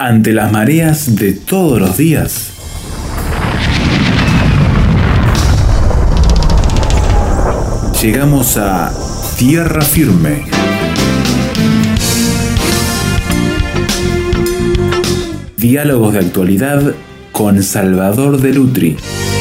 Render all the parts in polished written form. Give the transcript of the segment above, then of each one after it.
Ante las mareas de todos los días, llegamos a tierra firme. Diálogos de actualidad con Salvador de Lutri.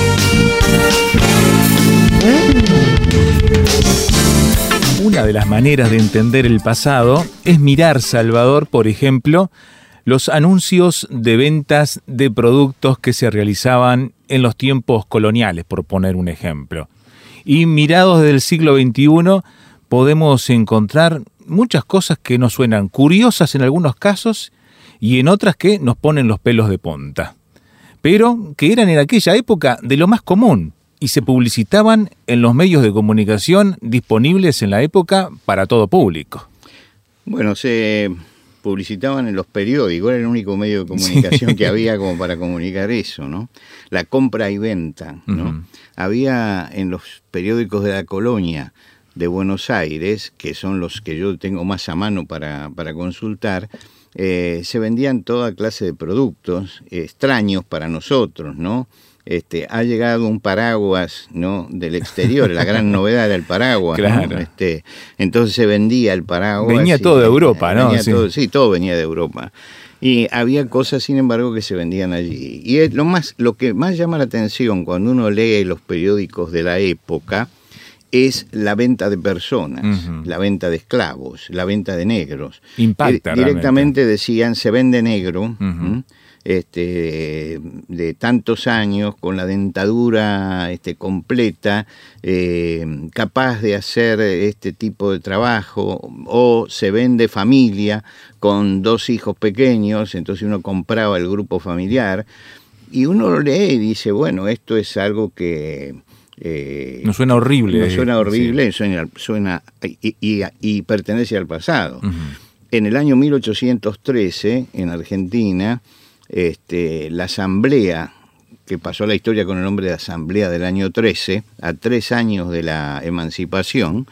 Una de las maneras de entender el pasado es mirar, Salvador, por ejemplo, los anuncios de ventas de productos que se realizaban en los tiempos coloniales, por poner un ejemplo. Y mirados desde el siglo XXI podemos encontrar muchas cosas que nos suenan curiosas en algunos casos y en otras que nos ponen los pelos de punta, pero que eran en aquella época de lo más común y se publicitaban en los medios de comunicación disponibles en la época para todo público. Bueno, se publicitaban en los periódicos, era el único medio de comunicación que había como para comunicar eso, ¿no? La compra y venta, ¿no? Uh-huh. Había en los periódicos de la colonia de Buenos Aires, que son los que yo tengo más a mano para consultar, se vendían toda clase de productos extraños para nosotros, ¿no? Ha llegado un paraguas, ¿no?, del exterior, la gran novedad era el paraguas, claro. ¿No? Entonces se vendía el paraguas. Venía todo de Europa, ¿no? Todo venía de Europa. Y había cosas, sin embargo, que se vendían allí. Y es lo que más llama la atención cuando uno lee los periódicos de la época es la venta de personas, uh-huh, la venta de esclavos, la venta de negros. Impacta directamente decían, se vende negro, uh-huh, de tantos años, con la dentadura completa, capaz de hacer este tipo de trabajo, o se vende familia con 2 hijos pequeños, entonces uno compraba el grupo familiar, y uno lo lee y dice, bueno, esto es algo que no suena horrible. No suena horrible, sí. suena y pertenece al pasado. Uh-huh. En el año 1813, en Argentina, la asamblea, que pasó a la historia con el nombre de Asamblea del año 13, a 3 años de la emancipación,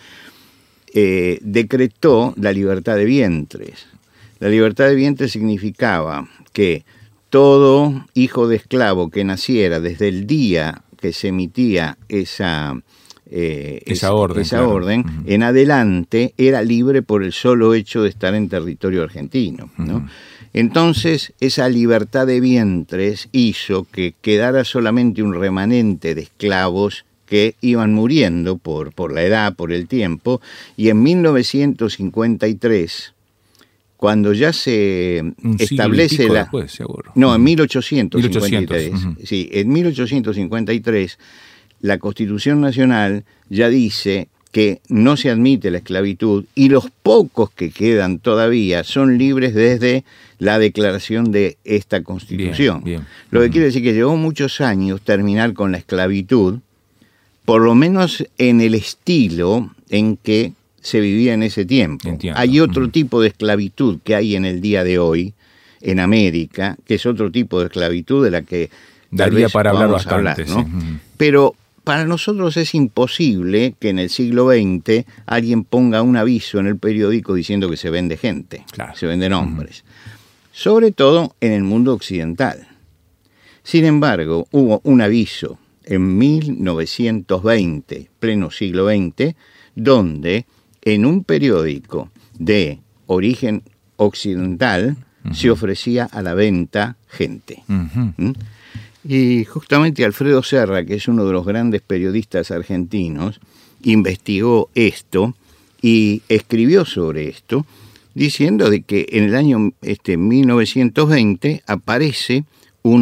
decretó la libertad de vientres. La libertad de vientres significaba que todo hijo de esclavo que naciera desde el día que se emitía esa orden, claro, uh-huh, en adelante era libre por el solo hecho de estar en territorio argentino, ¿no? Uh-huh. Entonces, esa libertad de vientres hizo que quedara solamente un remanente de esclavos que iban muriendo por la edad, por el tiempo, y en 1953, cuando ya se establece la... Después, seguro. No, en 1853. 1800, uh-huh. Sí, en 1853 la Constitución Nacional ya dice que no se admite la esclavitud y los pocos que quedan todavía son libres desde la declaración de esta Constitución. Bien. Lo que quiere decir que llevó muchos años terminar con la esclavitud, por lo menos en el estilo en que se vivía en ese tiempo. Entiendo. Hay otro tipo de esclavitud que hay en el día de hoy en América, que es otro tipo de esclavitud de la que daría para hablar bastante, ¿no? Sí. Pero para nosotros es imposible que en el siglo XX alguien ponga un aviso en el periódico diciendo que se vende gente, claro, se venden hombres, sobre todo en el mundo occidental. Sin embargo, hubo un aviso en 1920, pleno siglo XX, donde en un periódico de origen occidental se ofrecía a la venta gente. Uh-huh. Y justamente Alfredo Serra, que es uno de los grandes periodistas argentinos, investigó esto y escribió sobre esto, diciendo de que en el año 1920 aparece un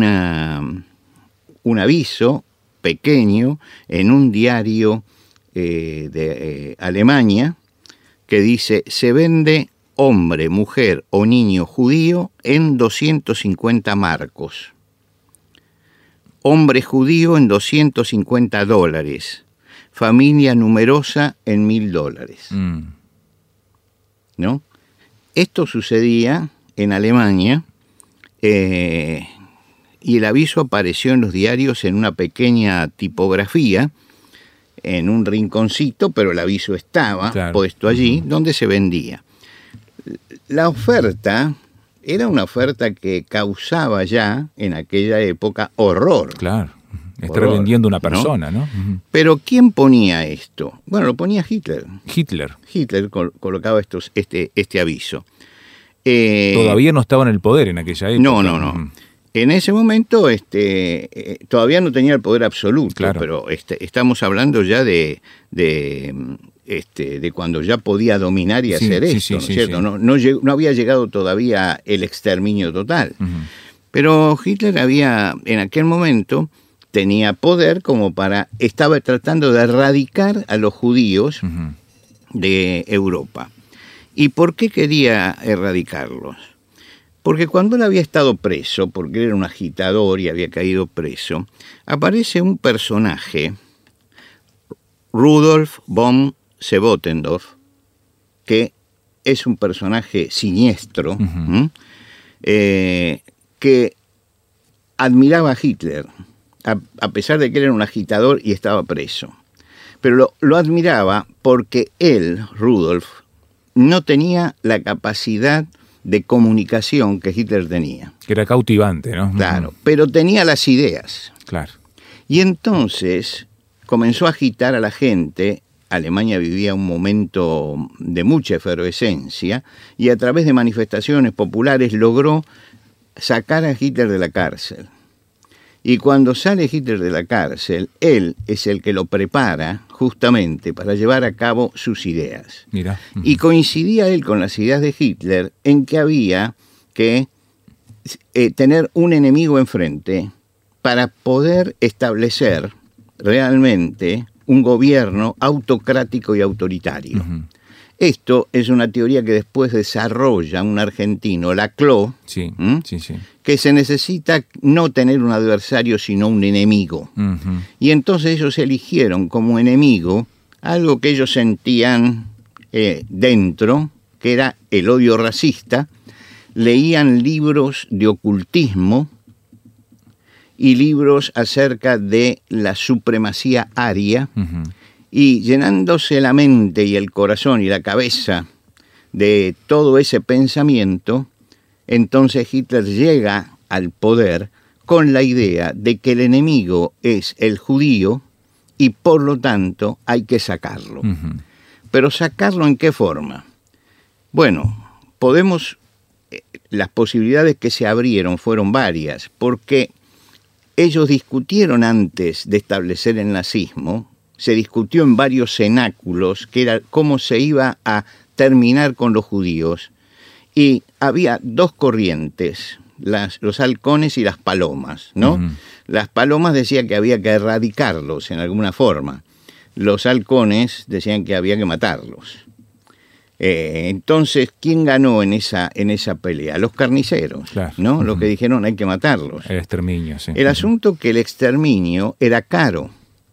aviso pequeño en un diario de Alemania que dice: se vende hombre, mujer o niño judío en 250 marcos. Hombre judío en $250. Familia numerosa en $1.000. ¿No? Esto sucedía en Alemania y el aviso apareció en los diarios en una pequeña tipografía, en un rinconcito, pero el aviso estaba puesto allí, donde se vendía. La oferta era una oferta que causaba ya en aquella época horror. Claro, estar vendiendo una persona, ¿no? Uh-huh. Pero ¿quién ponía esto? Bueno, lo ponía Hitler. Hitler colocaba este aviso. Todavía no estaba en el poder en aquella época. No. Uh-huh. En ese momento todavía no tenía el poder absoluto, claro. Pero estamos hablando ya de cuando ya podía dominar y hacer esto, ¿no es cierto? Sí. No había llegado todavía el exterminio total. Uh-huh. Pero Hitler en aquel momento tenía poder estaba tratando de erradicar a los judíos uh-huh. de Europa. ¿Y por qué quería erradicarlos? Porque cuando él había estado preso, porque él era un agitador y había caído preso, aparece un personaje, Rudolf von Sebottendorf, que es un personaje siniestro, uh-huh. Que admiraba a Hitler, a pesar de que él era un agitador y estaba preso. Pero lo admiraba porque él, Rudolf, no tenía la capacidad de comunicación que Hitler tenía. Que era cautivante, ¿no? Claro, pero tenía las ideas. Claro. Y entonces comenzó a agitar a la gente. Alemania vivía un momento de mucha efervescencia y a través de manifestaciones populares logró sacar a Hitler de la cárcel. Y cuando sale Hitler de la cárcel, él es el que lo prepara justamente para llevar a cabo sus ideas. Mira. Uh-huh. Y coincidía él con las ideas de Hitler en que había que tener un enemigo enfrente para poder establecer realmente un gobierno autocrático y autoritario. Uh-huh. Esto es una teoría que después desarrolla un argentino, Laclau, sí. Que se necesita no tener un adversario, sino un enemigo. Uh-huh. Y entonces ellos eligieron como enemigo algo que ellos sentían dentro, que era el odio racista. Leían libros de ocultismo y libros acerca de la supremacía aria, uh-huh. Y llenándose la mente y el corazón y la cabeza de todo ese pensamiento, entonces Hitler llega al poder con la idea de que el enemigo es el judío y por lo tanto hay que sacarlo. Uh-huh. Pero ¿sacarlo en qué forma? Bueno, las posibilidades que se abrieron fueron varias, porque ellos discutieron antes de establecer el nazismo. Se discutió en varios cenáculos que era cómo se iba a terminar con los judíos. Y había dos corrientes, los halcones y las palomas, ¿no? Uh-huh. Las palomas decían que había que erradicarlos en alguna forma. Los halcones decían que había que matarlos. Entonces, ¿quién ganó en esa pelea? Los carniceros, claro. ¿No? Uh-huh. Los que dijeron hay que matarlos. El exterminio, sí. El asunto que el exterminio era caro.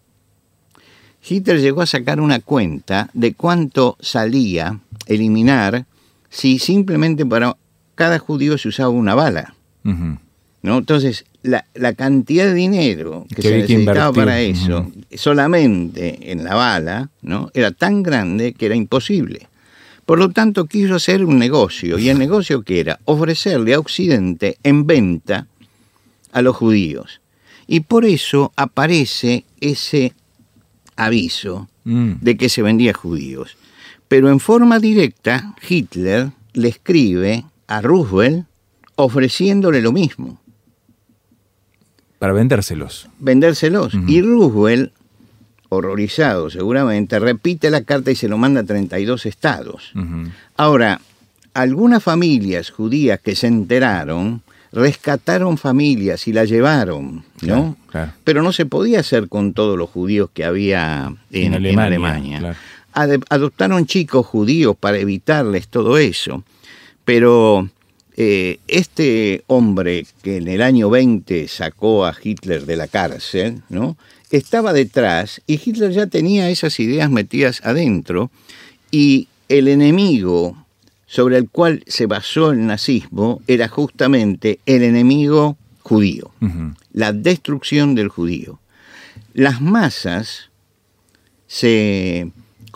Hitler llegó a sacar una cuenta de cuánto salía eliminar si simplemente para cada judío se usaba una bala. Uh-huh. ¿No? Entonces, la cantidad de dinero que se necesitaba para eso, uh-huh. solamente en la bala, ¿no? Era tan grande que era imposible. Por lo tanto, quiso hacer un negocio. ¿Y el negocio qué era? Ofrecerle a Occidente en venta a los judíos. Y por eso aparece ese aviso de que se vendía a judíos. Pero en forma directa, Hitler le escribe a Roosevelt ofreciéndole lo mismo. Para vendérselos. Uh-huh. Y Roosevelt, horrorizado seguramente, repite la carta y se lo manda a 32 estados. Uh-huh. Ahora, algunas familias judías que se enteraron rescataron familias y la llevaron, ¿no? Claro. Pero no se podía hacer con todos los judíos que había en Alemania. Claro. Adoptaron chicos judíos para evitarles todo eso. Pero este hombre que en el año 20 sacó a Hitler de la cárcel, ¿no? Estaba detrás y Hitler ya tenía esas ideas metidas adentro y el enemigo sobre el cual se basó el nazismo era justamente el enemigo judío, uh-huh. La destrucción del judío. Las masas se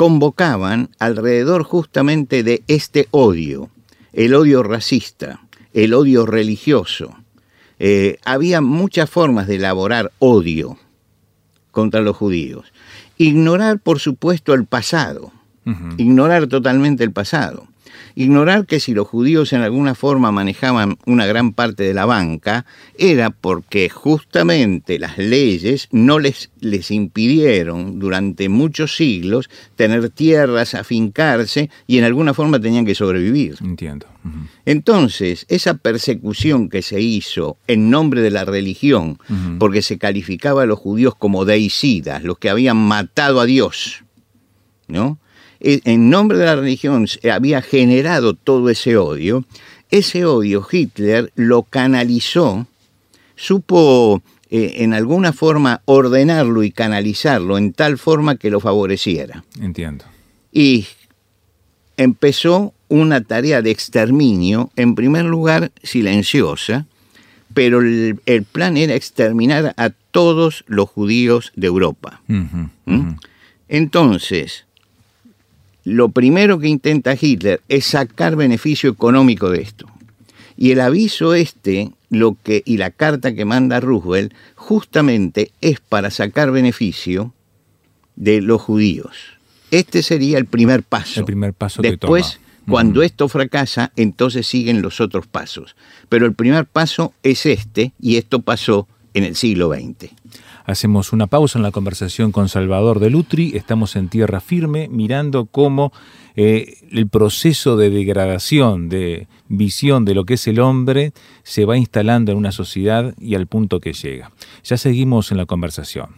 convocaban alrededor justamente de este odio, el odio racista, el odio religioso. Había muchas formas de elaborar odio contra los judíos. Ignorar, por supuesto, el pasado. Ignorar totalmente el pasado. Ignorar que si los judíos en alguna forma manejaban una gran parte de la banca, era porque justamente las leyes no les impidieron durante muchos siglos tener tierras, afincarse, y en alguna forma tenían que sobrevivir. Entiendo. Entonces, esa persecución que se hizo en nombre de la religión, porque se calificaba a los judíos como deicidas, los que habían matado a Dios, ¿no? En nombre de la religión había generado todo ese odio. Ese odio Hitler lo canalizó, supo en alguna forma ordenarlo y canalizarlo en tal forma que lo favoreciera. Entiendo. Y empezó una tarea de exterminio, en primer lugar silenciosa, pero el plan era exterminar a todos los judíos de Europa. Entonces, lo primero que intenta Hitler es sacar beneficio económico de esto. Y el aviso y la carta que manda Roosevelt, justamente es para sacar beneficio de los judíos. Este sería el primer paso. El primer paso Después, que toma. Cuando esto fracasa, entonces siguen los otros pasos. Pero el primer paso es y esto pasó en el siglo XX. Hacemos una pausa en la conversación con Salvador de Lutri. Estamos en Tierra Firme mirando cómo el proceso de degradación, de visión de lo que es el hombre, se va instalando en una sociedad y al punto que llega. Ya seguimos en la conversación.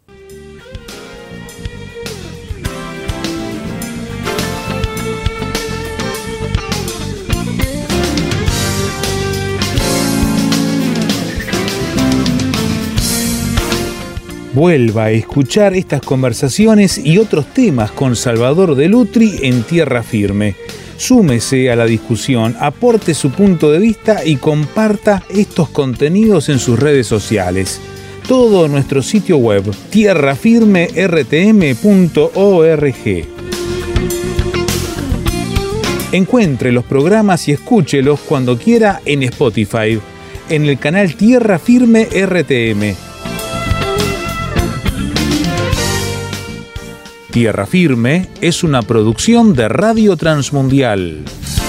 Vuelva a escuchar estas conversaciones y otros temas con Salvador de Lutri en Tierra Firme. Súmese a la discusión, aporte su punto de vista y comparta estos contenidos en sus redes sociales. Todo en nuestro sitio web, tierrafirmertm.org. Encuentre los programas y escúchelos cuando quiera en Spotify, en el canal Tierra Firme RTM. Tierra Firme es una producción de Radio Transmundial.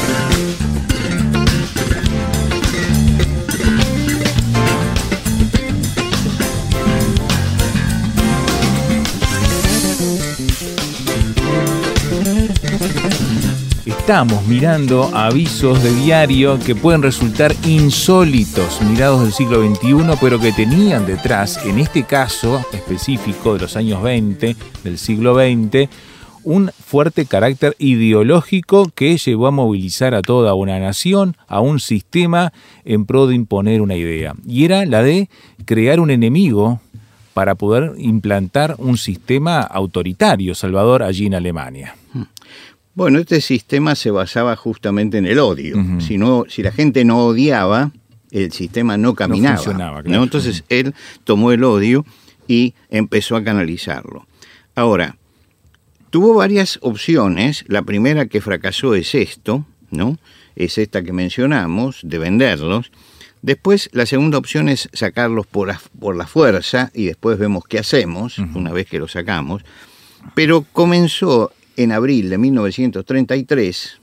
Estamos mirando avisos de diario que pueden resultar insólitos, mirados del siglo XXI, pero que tenían detrás, en este caso específico de los años 20, del siglo XX, un fuerte carácter ideológico que llevó a movilizar a toda una nación, a un sistema en pro de imponer una idea. Y era la de crear un enemigo para poder implantar un sistema autoritario, Salvador, allí en Alemania. Bueno, este sistema se basaba justamente en el odio. Si la gente no odiaba, el sistema no caminaba. No funcionaba, claro. ¿No? Entonces él tomó el odio y empezó a canalizarlo. Ahora, tuvo varias opciones. La primera que fracasó es esto, ¿no? Es esta que mencionamos, de venderlos. Después, la segunda opción es sacarlos por la fuerza y después vemos qué hacemos una vez que los sacamos. Pero comenzó en abril de 1933,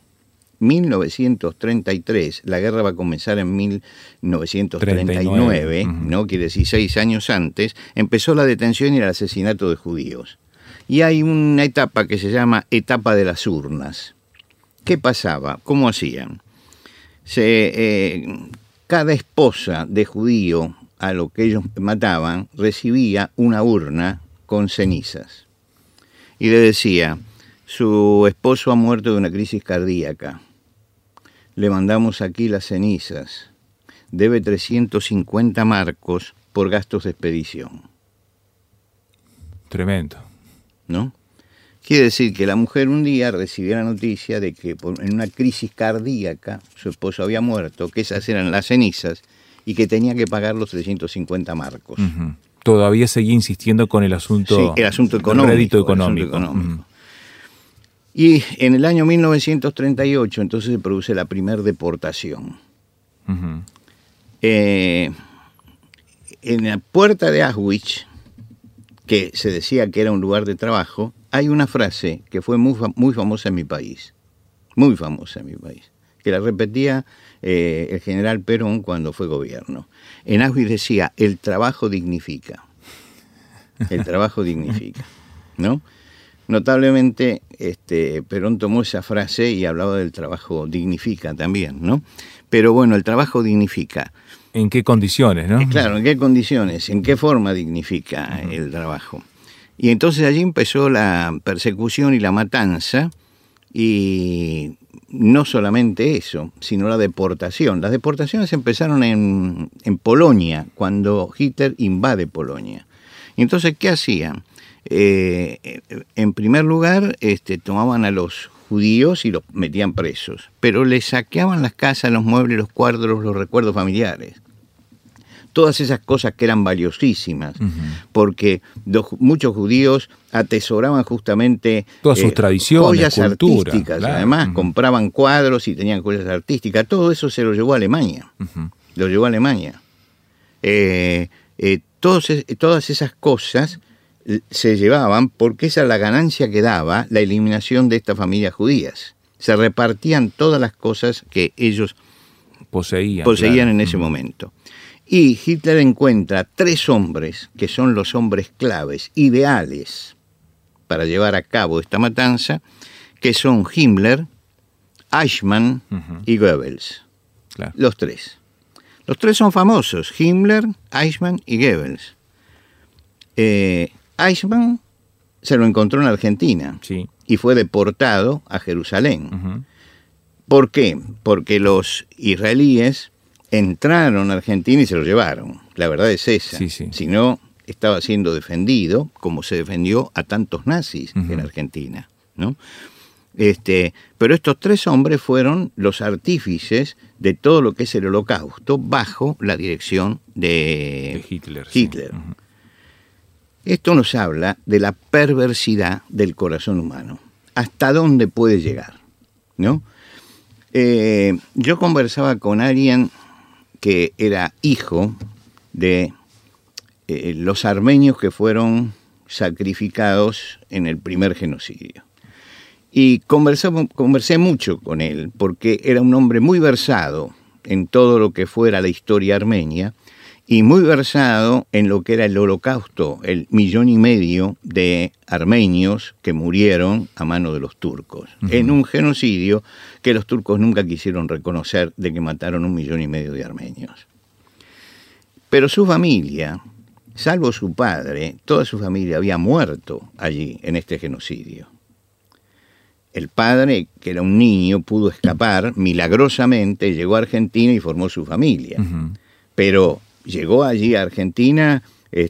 la guerra va a comenzar en 1939, ¿no? Quiere decir 6 años antes, empezó la detención y el asesinato de judíos. Y hay una etapa que se llama etapa de las urnas. ¿Qué pasaba? ¿Cómo hacían? Cada esposa de judío a lo que ellos mataban recibía una urna con cenizas. Y le decía: su esposo ha muerto de una crisis cardíaca. Le mandamos aquí las cenizas. Debe 350 marcos por gastos de expedición. Tremendo. ¿No? Quiere decir que la mujer un día recibió la noticia de que en una crisis cardíaca su esposo había muerto, que esas eran las cenizas, y que tenía que pagar los 350 marcos. Todavía seguía insistiendo con el asunto, sí, el asunto económico. El rédito económico. Y en el año 1938 entonces se produce la primera deportación. Ujú. En la puerta de Auschwitz, que se decía que era un lugar de trabajo, hay una frase que fue muy famosa en mi país, muy famosa en mi país, que la repetía el general Perón cuando fue gobierno. En Auschwitz decía, el trabajo dignifica. El trabajo dignifica, ¿no? Notablemente, Perón tomó esa frase y hablaba del trabajo dignifica también, ¿no? Pero bueno, el trabajo dignifica. ¿En qué condiciones, no? Claro, ¿en qué condiciones? ¿En qué forma dignifica el trabajo? Y entonces allí empezó la persecución y la matanza, y no solamente eso, sino la deportación. Las deportaciones empezaron en Polonia, cuando Hitler invade Polonia. Y entonces, ¿qué hacían? En primer lugar, tomaban a los judíos y los metían presos, pero les saqueaban las casas, los muebles, los cuadros, los recuerdos familiares. Todas esas cosas que eran valiosísimas, porque muchos judíos atesoraban justamente todas sus tradiciones, joyas cultura, artísticas, claro. además compraban cuadros y tenían joyas artísticas, todo eso se lo llevó a Alemania, lo llevó a Alemania. Todas esas cosas se llevaban porque esa es la ganancia que daba la eliminación de estas familias judías. Se repartían todas las cosas que ellos poseían claro. En ese momento. Y Hitler encuentra 3 hombres que son los hombres claves, ideales para llevar a cabo esta matanza, que son Himmler, Eichmann y Goebbels. Claro. Los 3. Los 3 son famosos, Himmler, Eichmann y Goebbels. Eichmann se lo encontró en Argentina Sí. y fue deportado a Jerusalén. ¿Por qué? Porque los israelíes entraron a Argentina y se lo llevaron. La verdad es esa. Sí, sí. Si no, estaba siendo defendido como se defendió a tantos nazis en Argentina, ¿no? Pero estos 3 hombres fueron los artífices de todo lo que es el Holocausto bajo la dirección de Hitler. Hitler. Sí. Esto nos habla de la perversidad del corazón humano. ¿Hasta dónde puede llegar? ¿No? Yo conversaba con alguien que era hijo de los armenios que fueron sacrificados en el primer genocidio. Y conversé mucho con él, porque era un hombre muy versado en todo lo que fuera la historia armenia, y muy versado en lo que era el Holocausto, el 1,5 millones de armenios que murieron a mano de los turcos, en un genocidio que los turcos nunca quisieron reconocer, de que mataron 1,5 millones de armenios. Pero su familia, salvo su padre, toda su familia había muerto allí en este genocidio. El padre, que era un niño, pudo escapar milagrosamente, llegó a Argentina y formó su familia. Pero llegó allí a Argentina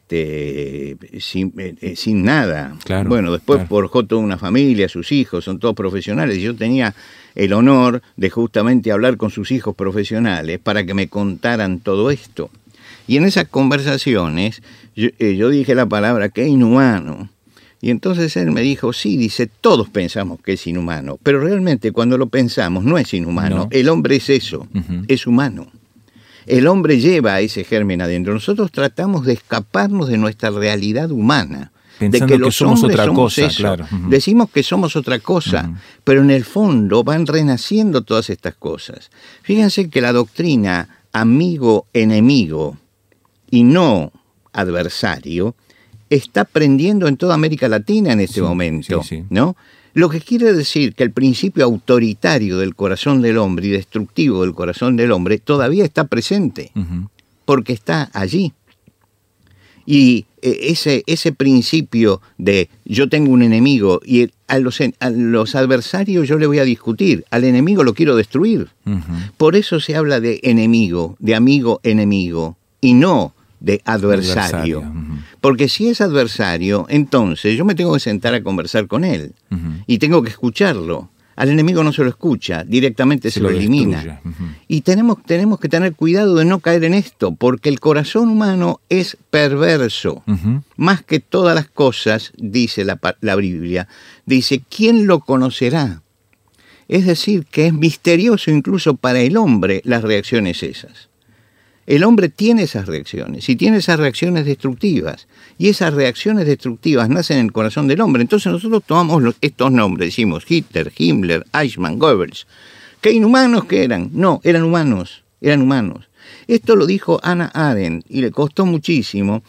sin nada. Claro, bueno, después forjó toda una familia, sus hijos, son todos profesionales. Yo tenía el honor de justamente hablar con sus hijos profesionales para que me contaran todo esto. Y en esas conversaciones yo dije la palabra, qué inhumano. Y entonces él me dijo, sí, dice, todos pensamos que es inhumano, pero realmente cuando lo pensamos no es inhumano. No. El hombre es eso, es humano. El hombre lleva ese germen adentro. Nosotros tratamos de escaparnos de nuestra realidad humana. Pensando de que los somos hombres otra somos cosa, eso. claro. Decimos que somos otra cosa, pero en el fondo van renaciendo todas estas cosas. Fíjense que la doctrina amigo-enemigo y no adversario está prendiendo en toda América Latina en este momento, ¿no? Lo que quiere decir que el principio autoritario del corazón del hombre y destructivo del corazón del hombre todavía está presente, porque está allí. Y ese principio de yo tengo un enemigo y a los adversarios yo le voy a discutir, al enemigo lo quiero destruir. Por eso se habla de enemigo, de amigo-enemigo, y no de adversario. Porque si es adversario, entonces yo me tengo que sentar a conversar con él y tengo que escucharlo. Al enemigo no se lo escucha, directamente se lo elimina. Y tenemos que tener cuidado de no caer en esto, porque el corazón humano es perverso. Más que todas las cosas, dice la Biblia, dice, ¿quién lo conocerá? Es decir, que es misterioso incluso para el hombre las reacciones esas. El hombre tiene esas reacciones y tiene esas reacciones destructivas. Y esas reacciones destructivas nacen en el corazón del hombre. Entonces nosotros tomamos estos nombres, decimos Hitler, Himmler, Eichmann, Goebbels. ¿Qué inhumanos que eran? No, eran humanos, eran humanos. Esto lo dijo Hannah Arendt y le costó muchísimo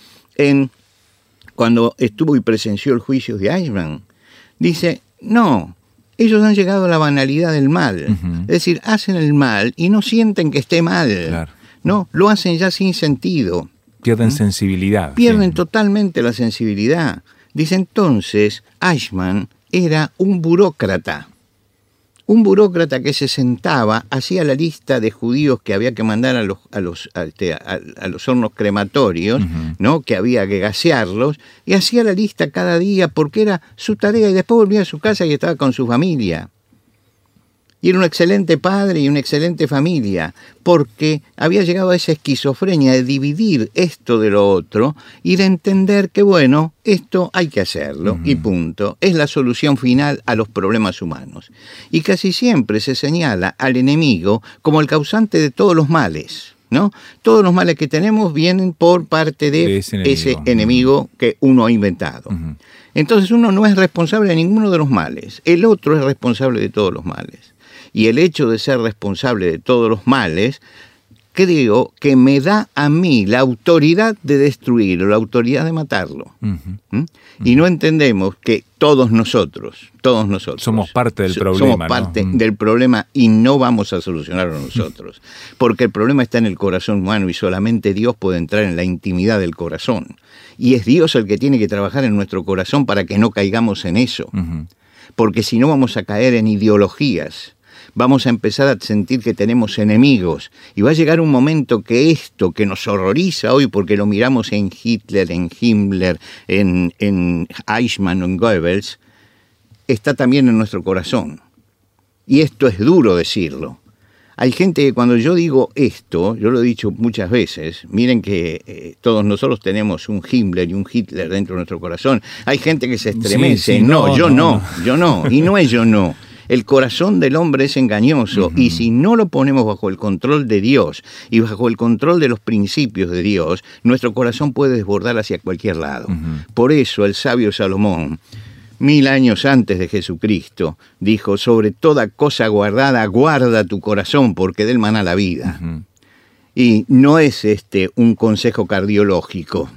cuando estuvo y presenció el juicio de Eichmann. Dice, no, ellos han llegado a la banalidad del mal. Es decir, hacen el mal y no sienten que esté mal. Claro. No, lo hacen ya sin sentido. Pierden sensibilidad. Pierden totalmente la sensibilidad. Dice entonces, Eichmann era un burócrata. Un burócrata que se sentaba, hacía la lista de judíos que había que mandar a los hornos crematorios, ¿no? Que había que gasearlos, y hacía la lista cada día porque era su tarea, y después volvía a su casa y estaba con su familia. Y era un excelente padre y una excelente familia, porque había llegado a esa esquizofrenia de dividir esto de lo otro y de entender que, bueno, esto hay que hacerlo y punto. Es la solución final a los problemas humanos. Y casi siempre se señala al enemigo como el causante de todos los males, ¿no? Todos los males que tenemos vienen por parte de ese enemigo que uno ha inventado. Entonces uno no es responsable de ninguno de los males, el otro es responsable de todos los males. Y el hecho de ser responsable de todos los males, creo que me da a mí la autoridad de destruirlo, la autoridad de matarlo. Y no entendemos que todos nosotros somos parte del problema. Somos parte del problema y no vamos a solucionarlo nosotros. Porque el problema está en el corazón humano y solamente Dios puede entrar en la intimidad del corazón. Y es Dios el que tiene que trabajar en nuestro corazón para que no caigamos en eso. Porque si no vamos a caer en ideologías. Vamos a empezar a sentir que tenemos enemigos y va a llegar un momento que esto que nos horroriza hoy porque lo miramos en Hitler, en Himmler, en Eichmann o en Goebbels, está también en nuestro corazón. Y esto es duro decirlo. Hay gente que cuando yo digo esto, yo lo he dicho muchas veces, miren que todos nosotros tenemos un Himmler y un Hitler dentro de nuestro corazón. Hay gente que se estremece, yo no, y no es yo no. El corazón del hombre es engañoso y si no lo ponemos bajo el control de Dios y bajo el control de los principios de Dios, nuestro corazón puede desbordar hacia cualquier lado. Por eso el sabio Salomón, 1000 años antes de Jesucristo, dijo, sobre toda cosa guardada, guarda tu corazón porque del maná la vida. Y no es un consejo cardiológico,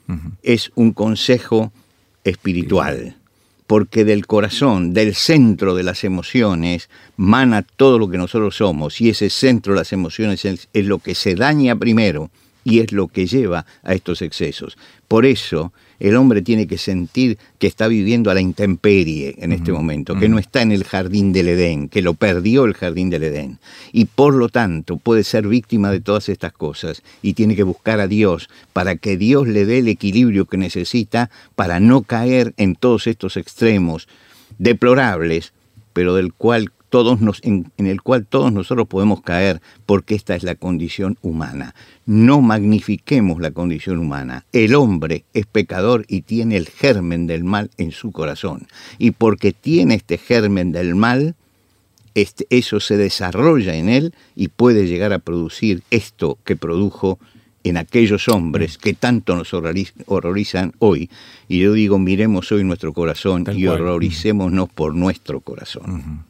es un consejo espiritual. Porque del corazón, del centro de las emociones, mana todo lo que nosotros somos. Y ese centro de las emociones es lo que se daña primero y es lo que lleva a estos excesos. Por eso el hombre tiene que sentir que está viviendo a la intemperie en este momento, que no está en el jardín del Edén, que lo perdió el jardín del Edén. Y por lo tanto puede ser víctima de todas estas cosas y tiene que buscar a Dios para que Dios le dé el equilibrio que necesita para no caer en todos estos extremos deplorables, pero en el cual todos nosotros podemos caer, porque esta es la condición humana. No magnifiquemos la condición humana. El hombre es pecador y tiene el germen del mal en su corazón. Y porque tiene este germen del mal, eso se desarrolla en él y puede llegar a producir esto que produjo en aquellos hombres que tanto nos horrorizan hoy. Y yo digo, miremos hoy nuestro corazón y horroricémonos por nuestro corazón.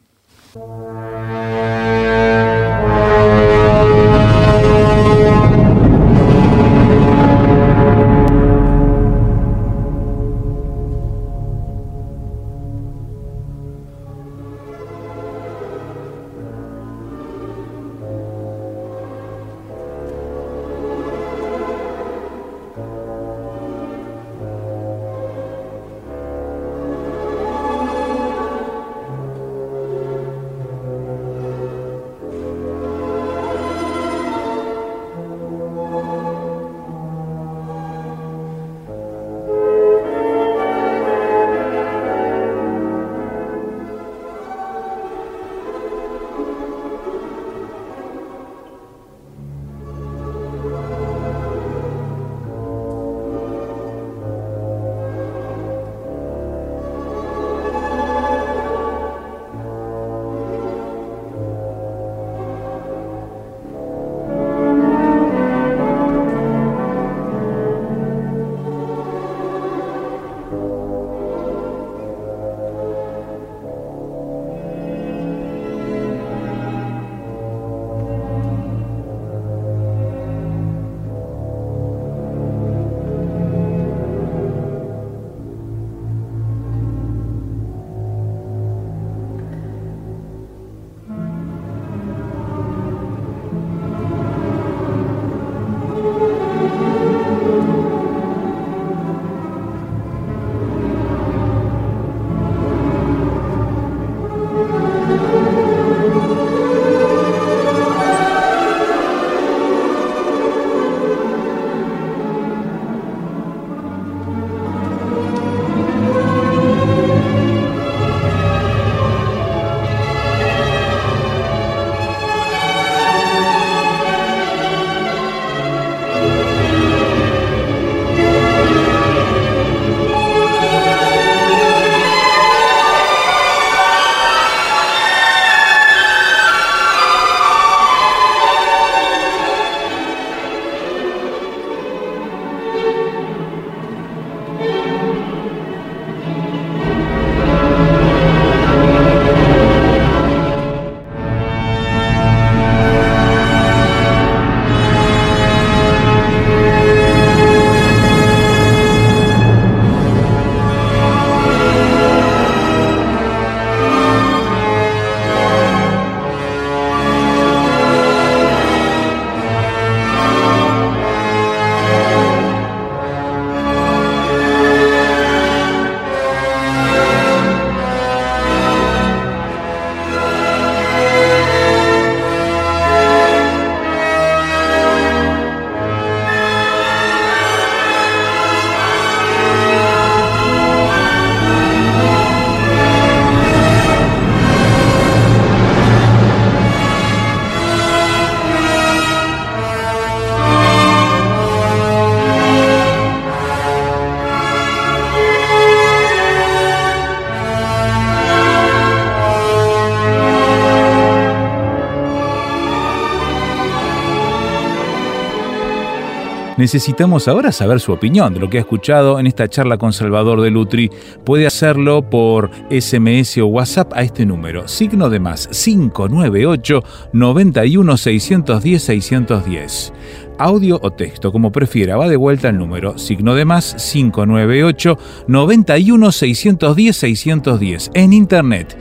Necesitamos ahora saber su opinión de lo que ha escuchado en esta charla con Salvador de Lutri. Puede hacerlo por SMS o WhatsApp a este número, signo de más 598 91 610 610. Audio o texto, como prefiera, va de vuelta el número, signo de más 598 91 610 610. En internet,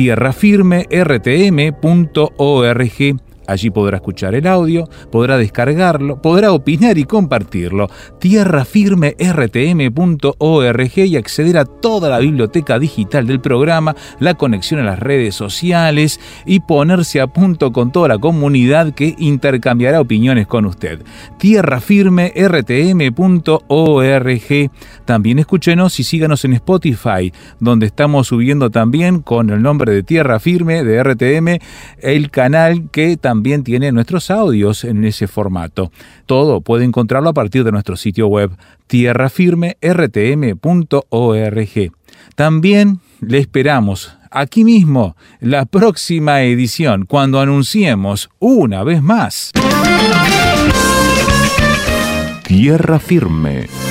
tierrafirmertm.org. Allí podrá escuchar el audio, podrá descargarlo, podrá opinar y compartirlo. tierrafirmertm.org y acceder a toda la biblioteca digital del programa, la conexión a las redes sociales y ponerse a punto con toda la comunidad que intercambiará opiniones con usted. tierrafirmertm.org. También escúchenos y síganos en Spotify, donde estamos subiendo también con el nombre de Tierra Firme de RTM, el canal que también tiene nuestros audios en ese formato. Todo puede encontrarlo a partir de nuestro sitio web tierrafirmertm.org. También le esperamos aquí mismo la próxima edición, cuando anunciemos una vez más Tierra Firme.